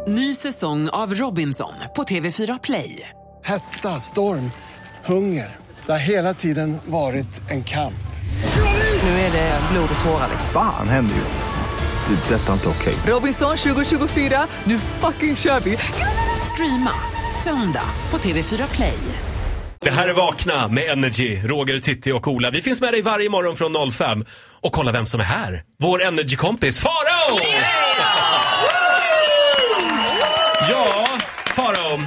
Ny säsong av Robinson på TV4 Play. Hetta, storm, hunger. Det har hela tiden varit en kamp. Nu är det blod och tårar. Fan händer just det. Det är detta inte okej. Robinson 2024, nu fucking kör vi. Streama söndag på TV4 Play. Det här är Vakna med Energy, Roger, Titti och Ola. Vi finns med dig varje morgon från 05. Och kolla vem som är här. Vår Energy-kompis, Farao! Ja, Farao.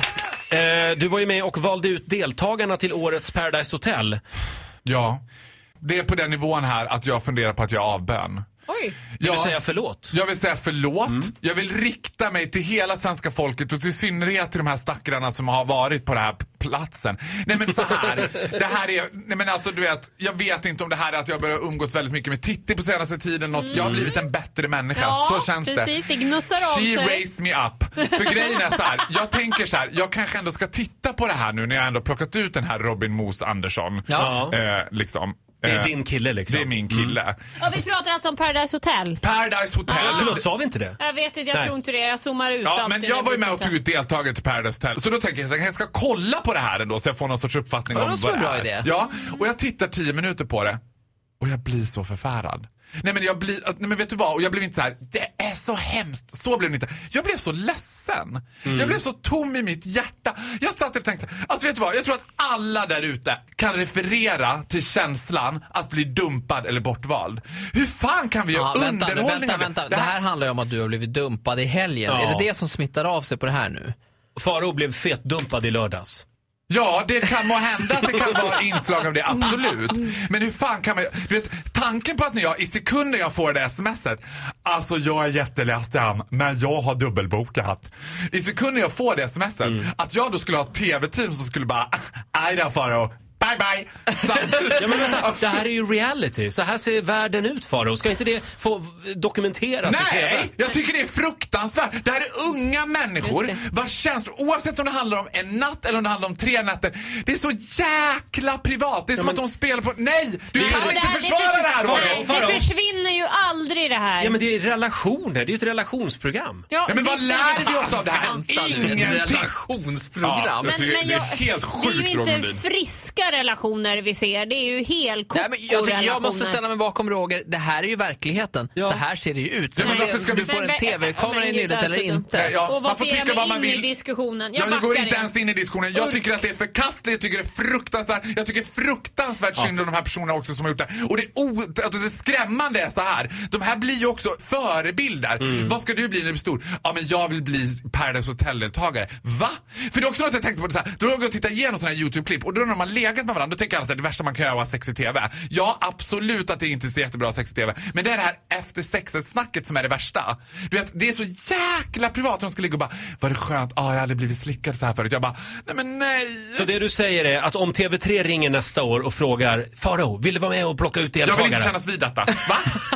Du var ju med och valde ut deltagarna till årets Paradise Hotel. Ja, det är på den nivån här att jag funderar på att jag avbön. Oj. Jag vill säga förlåt. Jag vill säga förlåt. Jag vill rikta mig till hela svenska folket och i synnerhet till de här stackarna som har varit på den här platsen. Nej men så här. Det här är, nej men alltså du vet, jag vet inte om det här är att jag börjar umgås väldigt mycket med Titti på senaste tiden. Jag har blivit en bättre människa. Ja, så känns precis, det. She raised me up. För grejen är så här, jag tänker så här, jag kanske ändå ska titta på det här nu när jag ändå plockat ut den här Robin Moos Andersson. Ja. Liksom. Det är din kille liksom. Det är min kille. Ja, vi pratar alltså om Paradise Hotel. Paradise Hotel. Förlåt, sa vi inte det? Jag vet inte, jag tror inte det. Jag zoomar ut. Ja, men jag var ju med och tog ut deltagare till Paradise Hotel. Så då tänker jag att jag ska kolla på det här ändå så jag får någon sorts uppfattning om vad det är. Idé. Ja, och jag tittar 10 minuter på det. Och jag blir så förfärad. Nej men vet du vad? Och jag blev inte så här, det är så hemskt. Så blev det inte. Jag blev så ledsen. Jag blev så tom i mitt hjärta. Jag satt och tänkte, alltså vet du vad? Jag tror att alla där ute kan referera till känslan att bli dumpad eller bortvald. Hur fan kan vi göra underhållning? Vänta. Det här handlar ju om att du har blivit dumpad i helgen. Ja. Är det som smittar av sig på det här nu? Farao blev fetdumpad i lördags. Ja, det kan må hända att det kan vara inslag av det, absolut. Men hur fan kan man... Du vet, tanken på att när jag i sekunder jag får det smset, alltså jag är jätteledsen, men jag har dubbelbokat. I sekunder jag får det smset, att jag då skulle ha ett tv-team som skulle bara, aj då Farao, bye bye. Ja, men vänta, det här är ju reality. Så här ser världen ut, Farao. Ska inte det få dokumenteras? Nej, jag tycker det är fruktansvärt. Det här är unga människor vars känslor, oavsett om det handlar om en natt eller om det handlar om 3 nätter, det är så jäkla privat. Det är som att de spelar på... Nej, du kan inte försvara det här, Farao. Det försvinner ju aldrig det här. Ja, men det är relationer. Det är ju ett relationsprogram. Ja, men vad lär vi oss av det här? Ingenting. Relationsprogram. Ja, det är helt sjukt, det är ju inte friska relationer vi ser. Det är ju helt jag måste ställa mig bakom Roger. Det här är ju verkligheten. Så här ser det ju ut. Ja, men varför ska du får en tv-kamera i nyllet eller inte? Ja, och man får tycka vad man vill i diskussionen. Jag går inte ens in i diskussionen. Jag tycker att det är förkastligt. Jag tycker det är fruktansvärt. Jag tycker fruktansvärt synd om de här personerna också som har gjort det. Och det är skrämmande är så här. De här blir ju också förebilder. Vad ska du bli när du blir stor? Ja, men jag vill bli Paradise Hotel-deltagare. Va? För det är också något jag tänkte på det så här. Då har jag och tittat igenom sådana här YouTube-klipp och då när man legat med varandra, då tänker jag att det är det värsta man kan göra sex i tv. Ja, absolut att det inte är så jättebra sex i tv. Men det är det här efter sexet-snacket som är det värsta. Du vet, det är så jäkla privat. De ska ligga och bara, vad är det skönt? Jag hade blivit slickad så här förut. Jag bara, nej men nej. Så det du säger är att om TV3 ringer nästa år och frågar, Farao, vill du vara med och plocka ut deltagare? Jag vill inte kännas vid detta. Va?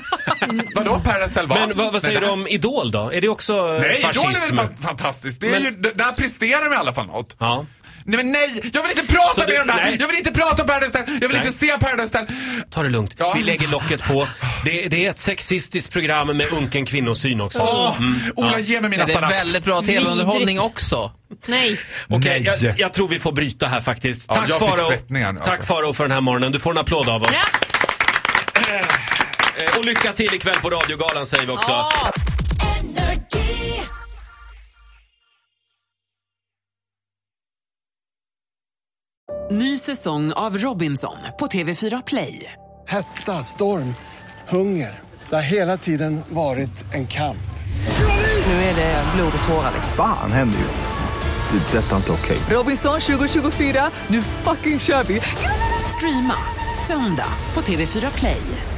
Vadå, Paradise Hotel? Men vad säger du om Idol då? Är det också fascism? Nej, Idol är väl fantastiskt. Det är ju, där presterar de i alla fall något. Ja. Nej, men nej, jag vill inte prata med om det här. Jag vill inte prata om Paradise Hotel. Jag vill inte se Paradise Hotel. Ta det lugnt. Vi lägger locket på. Det är ett sexistiskt program med unken kvinnosyn också. Ola, ge mig mina Det är väldigt bra tv-underhållning också. Nej. Okej, jag tror vi får bryta här faktiskt. Tack Farao för den här morgonen. Du får en applåd av oss. Och lycka till ikväll på Radiogalan säger vi också. Ny säsong av Robinson på TV4 Play. Hetta, storm, hunger. Det har hela tiden varit en kamp. Nu är det blod och tårar. Fan händer just det. Det är detta inte okej. Robinson 2024, nu fucking kör vi. Streama söndag på TV4 Play.